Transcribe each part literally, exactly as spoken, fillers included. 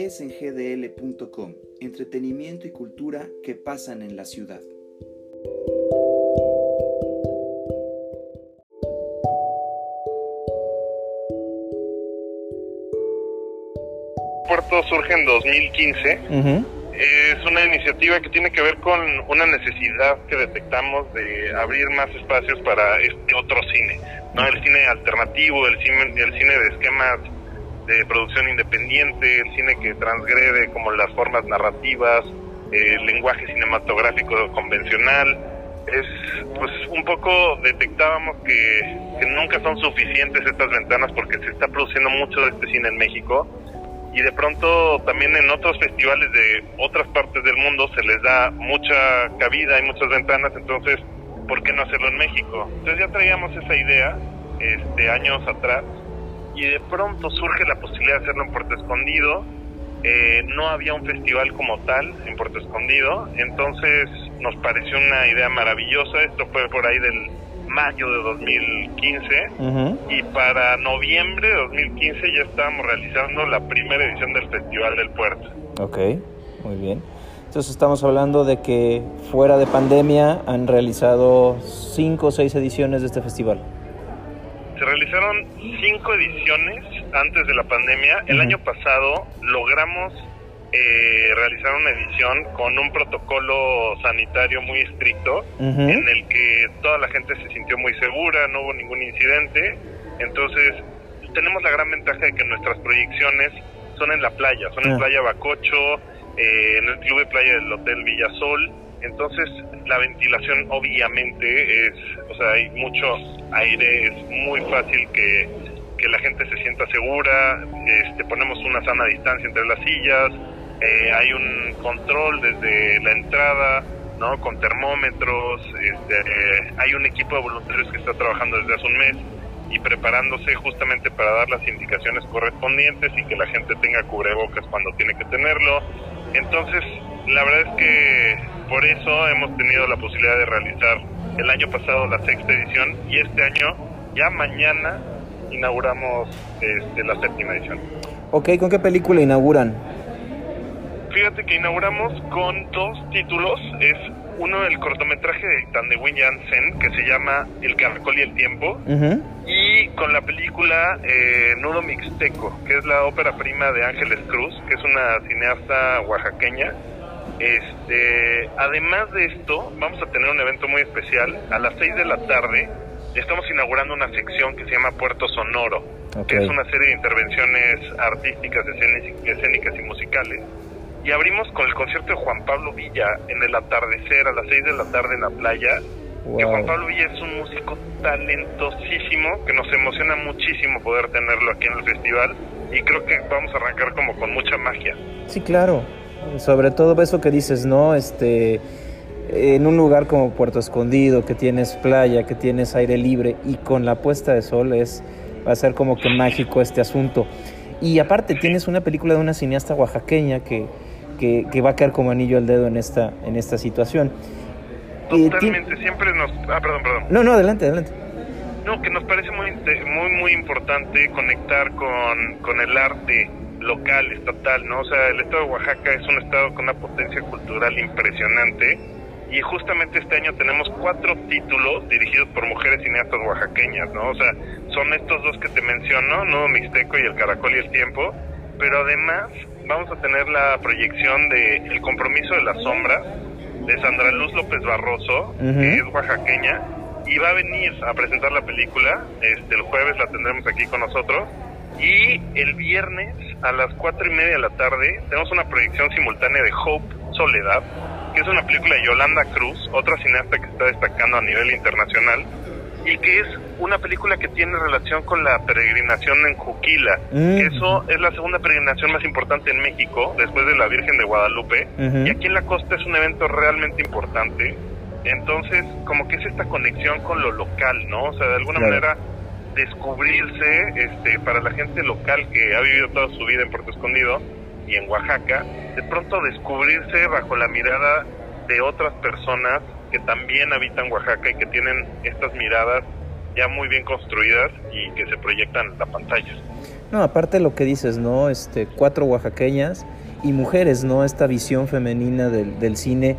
es en g d l punto com, entretenimiento y cultura que pasan en la ciudad. Puerto surge en dos mil quince. Uh-huh. Es una iniciativa que tiene que ver con una necesidad que detectamos de abrir más espacios para este otro cine, ¿no? El cine alternativo, el cine, el cine de esquemas de producción independiente, el cine que transgrede como las formas narrativas, el lenguaje cinematográfico convencional. Es, pues, un poco detectábamos que, que nunca son suficientes estas ventanas porque se está produciendo mucho de este cine en México. Y de pronto también en otros festivales de otras partes del mundo se les da mucha cabida y muchas ventanas, entonces, ¿por qué no hacerlo en México? Entonces ya traíamos esa idea este, años atrás, y de pronto surge la posibilidad de hacerlo en Puerto Escondido. Eh, no había un festival como tal en Puerto Escondido, entonces nos pareció una idea maravillosa. Esto fue por ahí del mayo de dos mil quince, uh-huh. Y para noviembre de dos mil quince ya estábamos realizando la primera edición del Festival del Puerto. Ok, muy bien. Entonces estamos hablando de que fuera de pandemia han realizado cinco o seis ediciones de este festival. Se realizaron cinco ediciones antes de la pandemia. El uh-huh. año pasado logramos Eh, realizar una edición con un protocolo sanitario muy estricto, uh-huh. en el que toda la gente se sintió muy segura, no hubo ningún incidente. Entonces tenemos la gran ventaja de que nuestras proyecciones son en la playa, son uh-huh. en Playa Bacocho, eh, en el club de playa del Hotel Villasol. Entonces la ventilación obviamente es, o sea, hay mucho aire, es muy fácil que, que la gente se sienta segura. Este, ponemos una sana distancia entre las sillas. Eh, hay un control desde la entrada, ¿no? Con termómetros. Este, eh, hay un equipo de voluntarios que está trabajando desde hace un mes y preparándose justamente para dar las indicaciones correspondientes y que la gente tenga cubrebocas cuando tiene que tenerlo. Entonces, la verdad es que por eso hemos tenido la posibilidad de realizar el año pasado la sexta edición, y este año, ya mañana, inauguramos este, la séptima edición. Ok, ¿con qué película inauguran? Fíjate que inauguramos con dos títulos. Es uno del cortometraje de Tandewin Jansen, que se llama El Caracol y el Tiempo, uh-huh. y con la película eh, Nudo Mixteco, que es la ópera prima de Ángeles Cruz, que es una cineasta oaxaqueña. Este, además de esto, vamos a tener un evento muy especial. A las seis de la tarde estamos inaugurando una sección que se llama Puerto Sonoro, okay. que es una serie de intervenciones artísticas, escénicas y musicales. Y abrimos con el concierto de Juan Pablo Villa en el atardecer a las seis de la tarde en la playa. Wow. Que Juan Pablo Villa es un músico talentosísimo, que nos emociona muchísimo poder tenerlo aquí en el festival, y creo que vamos a arrancar como con mucha magia. Sí, claro. Sobre todo eso que dices, ¿no? Este, en un lugar como Puerto Escondido, que tienes playa, que tienes aire libre, y con la puesta de sol es, va a ser como que mágico este asunto. Y aparte tienes una película de una cineasta oaxaqueña que Que, que va a caer como anillo al dedo en esta en esta situación. Totalmente, eh, siempre nos... Ah, perdón, perdón. No, no, adelante, adelante. No, que nos parece muy muy muy importante conectar con, con el arte local, estatal, ¿no? O sea, el estado de Oaxaca es un estado con una potencia cultural impresionante, y justamente este año tenemos cuatro títulos dirigidos por mujeres cineastas oaxaqueñas, ¿no? O sea, son estos dos que te menciono, Nudo Mixteco y El Caracol y el Tiempo, pero además vamos a tener la proyección de El Compromiso de la Sombra, de Sandra Luz López Barroso, uh-huh. que es oaxaqueña, y va a venir a presentar la película. Este, el jueves la tendremos aquí con nosotros, y el viernes a las cuatro y media de la tarde tenemos una proyección simultánea de Hope, Soledad, que es una película de Yolanda Cruz, otra cineasta que está destacando a nivel internacional, y que es una película que tiene relación con la peregrinación en Juquila, mm. que eso es la segunda peregrinación más importante en México, después de la Virgen de Guadalupe, uh-huh. y aquí en la costa es un evento realmente importante. Entonces, como que es esta conexión con lo local, ¿no? O sea, de alguna claro. manera descubrirse, este, para la gente local que ha vivido toda su vida en Puerto Escondido y en Oaxaca, de pronto descubrirse bajo la mirada de otras personas que también habitan Oaxaca y que tienen estas miradas ya muy bien construidas y que se proyectan en la pantalla. No, aparte de lo que dices, ¿no? Este, cuatro oaxaqueñas y mujeres, ¿no? Esta visión femenina del, del cine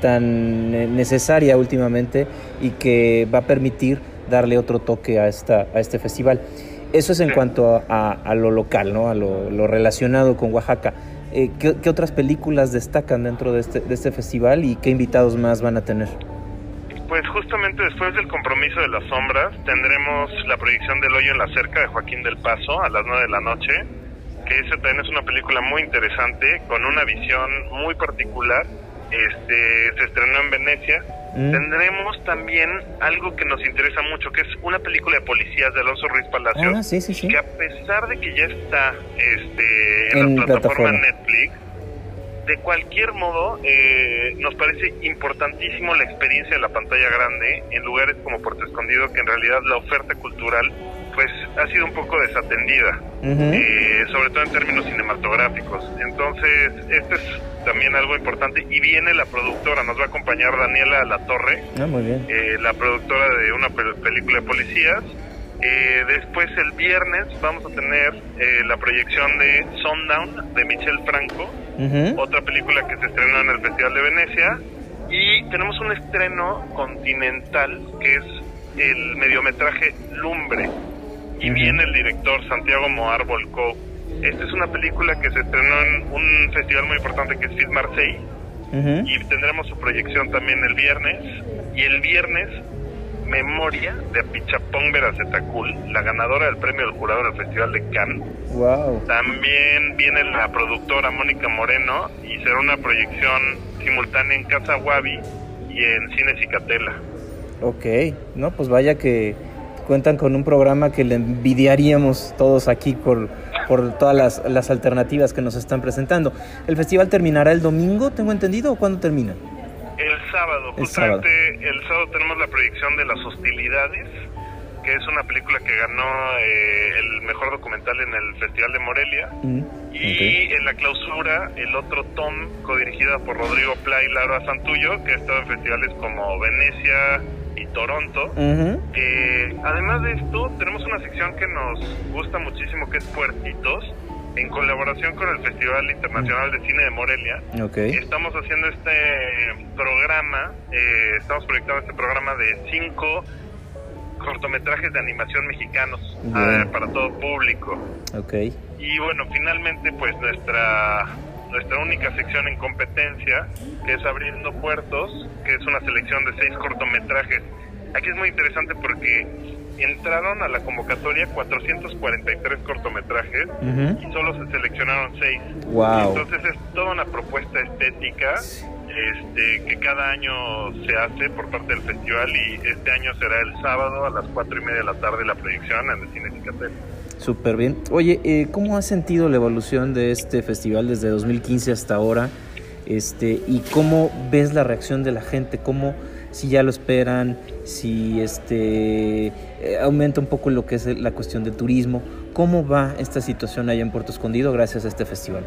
tan necesaria últimamente y que va a permitir darle otro toque a esta a este festival. Eso es en sí. cuanto a, a, a lo local, ¿no? A lo, lo relacionado con Oaxaca. Eh, ¿qué, ¿Qué otras películas destacan dentro de este, de este festival y qué invitados más van a tener? Pues justamente después del Compromiso de las Sombras tendremos la proyección del Hoyo en la Cerca de Joaquín del Paso a las nueve de la noche, que esa también es una película muy interesante, con una visión muy particular. Este, se estrenó en Venecia. Mm. Tendremos también algo que nos interesa mucho, que es una película de policías de Alonso Ruiz Palacio, ah, sí, sí, sí. que a pesar de que ya está este, en, en la plataforma, plataforma Netflix, de cualquier modo eh, nos parece importantísimo la experiencia de la pantalla grande en lugares como Puerto Escondido, que en realidad la oferta cultural pues ha sido un poco desatendida, uh-huh. eh, sobre todo en términos cinematográficos. Entonces, este es también algo importante. Y viene la productora, nos va a acompañar Daniela Latorre, ah, muy bien. Eh, la productora de una pel- película de policías. Eh, después, el viernes, vamos a tener eh, la proyección de Sundown, de Michel Franco, uh-huh. otra película que se estrenó en el Festival de Venecia. Y tenemos un estreno continental, que es el mediometraje Lumbre. Y viene el director Santiago Moar Volcó. Esta es una película que se estrenó en un festival muy importante que es Film Marseille. Uh-huh. Y tendremos su proyección también el viernes. Y el viernes, Memoria de Apichapong Verazetacul, la ganadora del premio del jurado del Festival de Cannes. Wow. También viene la productora Mónica Moreno y será una proyección simultánea en Casa Wabi y en Cine Cicatela. Ok, no, pues vaya que cuentan con un programa que le envidiaríamos todos aquí por, por todas las, las alternativas que nos están presentando. ¿El festival terminará el domingo, tengo entendido, o cuándo termina? El sábado, el justamente sábado. el sábado tenemos la proyección de Las Hostilidades, que es una película que ganó eh, el mejor documental en el Festival de Morelia. Mm, y okay. En la clausura, el otro Tom, codirigida por Rodrigo Pla y Laura Santullo, que ha estado en festivales como Venecia y Toronto. Uh-huh. Eh, además de esto, tenemos una sección que nos gusta muchísimo, que es Puertitos, en colaboración con el Festival Internacional de Cine de Morelia. Okay. Estamos haciendo este programa, eh, estamos proyectando este programa de cinco cortometrajes de animación mexicanos uh, para todo público. Okay. Y bueno, finalmente pues nuestra nuestra única sección en competencia, que es Abriendo Puertos, que es una selección de seis cortometrajes. Aquí es muy interesante porque entraron a la convocatoria cuatrocientos cuarenta y tres cortometrajes uh-huh. y solo se seleccionaron seis. Wow. Entonces es toda una propuesta estética este, que cada año se hace por parte del festival, y este año será el sábado a las cuatro y media de la tarde la proyección en el Cine Cicatel. Súper bien. Oye, eh, ¿cómo has sentido la evolución de este festival desde dos mil quince hasta ahora? Este, y ¿cómo ves la reacción de la gente? ¿Cómo, si ya lo esperan, si este eh, aumenta un poco lo que es la cuestión del turismo? ¿Cómo va esta situación allá en Puerto Escondido gracias a este festival?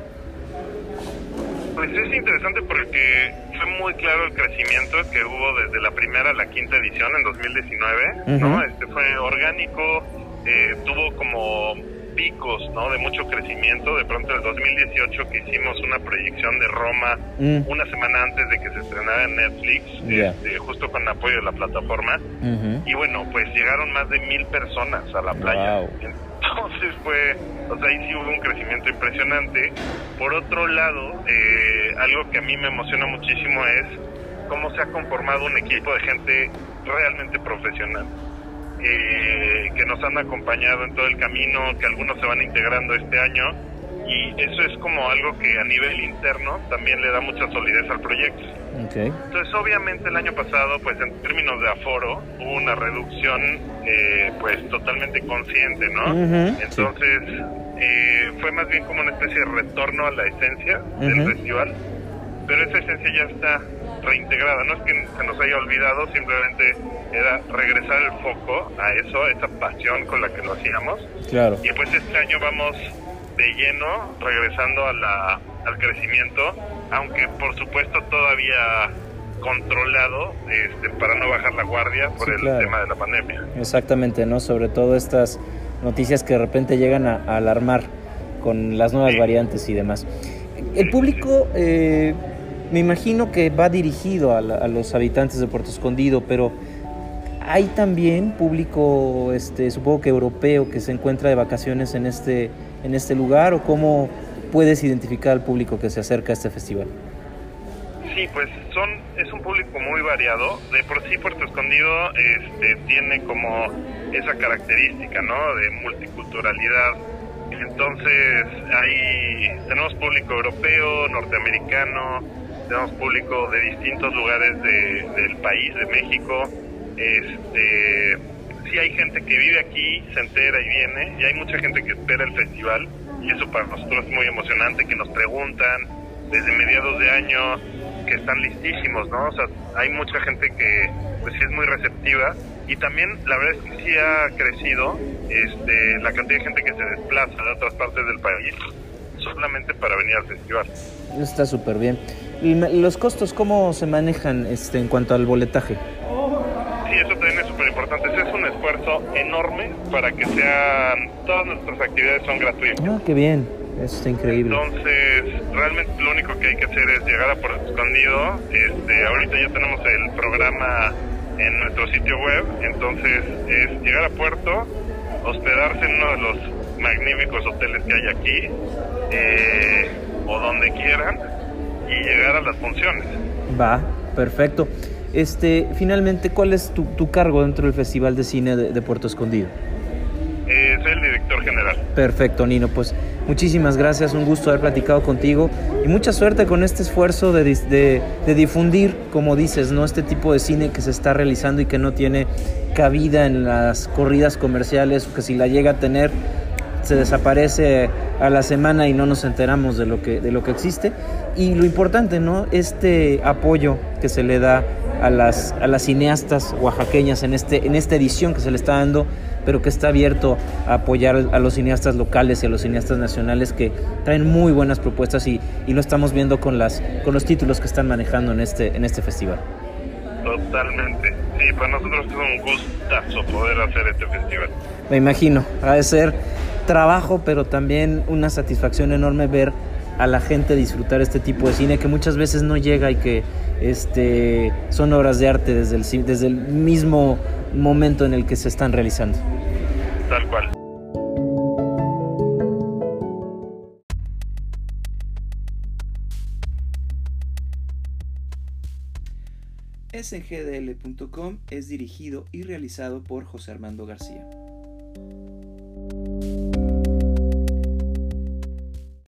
Pues es interesante porque fue muy claro el crecimiento que hubo desde la primera a la quinta edición en dos mil diecinueve, uh-huh. ¿no? Este fue orgánico, eh, tuvo como picos, ¿no? De mucho crecimiento. De pronto en el dos mil dieciocho, que hicimos una proyección de Roma uh-huh. una semana antes de que se estrenara en Netflix, yeah. este, justo con apoyo de la plataforma, uh-huh. y bueno, pues llegaron más de mil personas a la playa. Wow. Entonces fue, o sea, ahí sí hubo un crecimiento impresionante. Por otro lado, eh, algo que a mí me emociona muchísimo es cómo se ha conformado un equipo de gente realmente profesional, eh, que nos han acompañado en todo el camino, que algunos se van integrando este año, y eso es como algo que a nivel interno también le da mucha solidez al proyecto. Okay. Entonces, obviamente el año pasado, pues en términos de aforo, hubo una reducción eh, pues totalmente consciente, ¿no? Uh-huh. Entonces, sí. eh, fue más bien como una especie de retorno a la esencia uh-huh. del festival, pero esa esencia ya está reintegrada. No es que se nos haya olvidado, simplemente era regresar el foco a eso, a esa pasión con la que lo hacíamos. Claro. Y pues este año vamos de lleno, regresando a la, al crecimiento, aunque por supuesto todavía controlado este, para no bajar la guardia por Sí, el claro. tema de la pandemia. Exactamente, ¿no? Sobre todo estas noticias que de repente llegan a, a alarmar con las nuevas Sí. variantes y demás. El público, eh, me imagino que va dirigido a, la- a los habitantes de Puerto Escondido, pero hay también público, este, supongo que europeo, que se encuentra de vacaciones en este, en este lugar, ¿o cómo puedes identificar al público que se acerca a este festival? Sí, pues son es un público muy variado. De por sí Puerto Escondido este, tiene como esa característica, ¿no? De multiculturalidad. Entonces hay tenemos público europeo, norteamericano, tenemos público de distintos lugares de, del país, de México. Este, sí hay gente que vive aquí, se entera y viene, y hay mucha gente que espera el festival, y eso para nosotros es muy emocionante, que nos preguntan desde mediados de año, que están listísimos, ¿no? O sea, hay mucha gente que pues sí es muy receptiva, y también la verdad es que sí ha crecido este, la cantidad de gente que se desplaza de otras partes del país solamente para venir al festival. Está súper bien. ¿Y me- los costos cómo se manejan este, en cuanto al boletaje? Sí, eso también es súper importante. Ese es un esfuerzo enorme para que sean, todas nuestras actividades son gratuitas. Ah, qué bien, eso está increíble. Entonces, realmente lo único que hay que hacer es llegar a Puerto Escondido. Este, ahorita ya tenemos el programa en nuestro sitio web, entonces es llegar a Puerto, hospedarse en uno de los magníficos hoteles que hay aquí, eh, o donde quieran, y llegar a las funciones. Va, perfecto. Este, finalmente, ¿cuál es tu, tu cargo dentro del Festival de Cine de, de Puerto Escondido? Eh, soy el director general. Perfecto, Nino, pues muchísimas gracias, un gusto haber platicado contigo y mucha suerte con este esfuerzo de, dis- de, de difundir, como dices, ¿no? Este tipo de cine que se está realizando y que no tiene cabida en las corridas comerciales, o que si la llega a tener se desaparece a la semana y no nos enteramos de lo que, de lo que existe. Y lo importante, ¿no? Este apoyo que se le da a las, a las cineastas oaxaqueñas en, este, en esta edición que se le está dando, pero que está abierto a apoyar a los cineastas locales y a los cineastas nacionales que traen muy buenas propuestas, y, y lo estamos viendo con, las, con los títulos que están manejando en este, en este festival. Totalmente. Sí, para nosotros es un gustazo poder hacer este festival. Me imagino, ha de ser trabajo, pero también una satisfacción enorme ver a la gente disfrutar este tipo de cine que muchas veces no llega y que este, son obras de arte desde el, ci- desde el mismo momento en el que se están realizando. Tal cual. S G D L punto com es dirigido y realizado por José Armando García.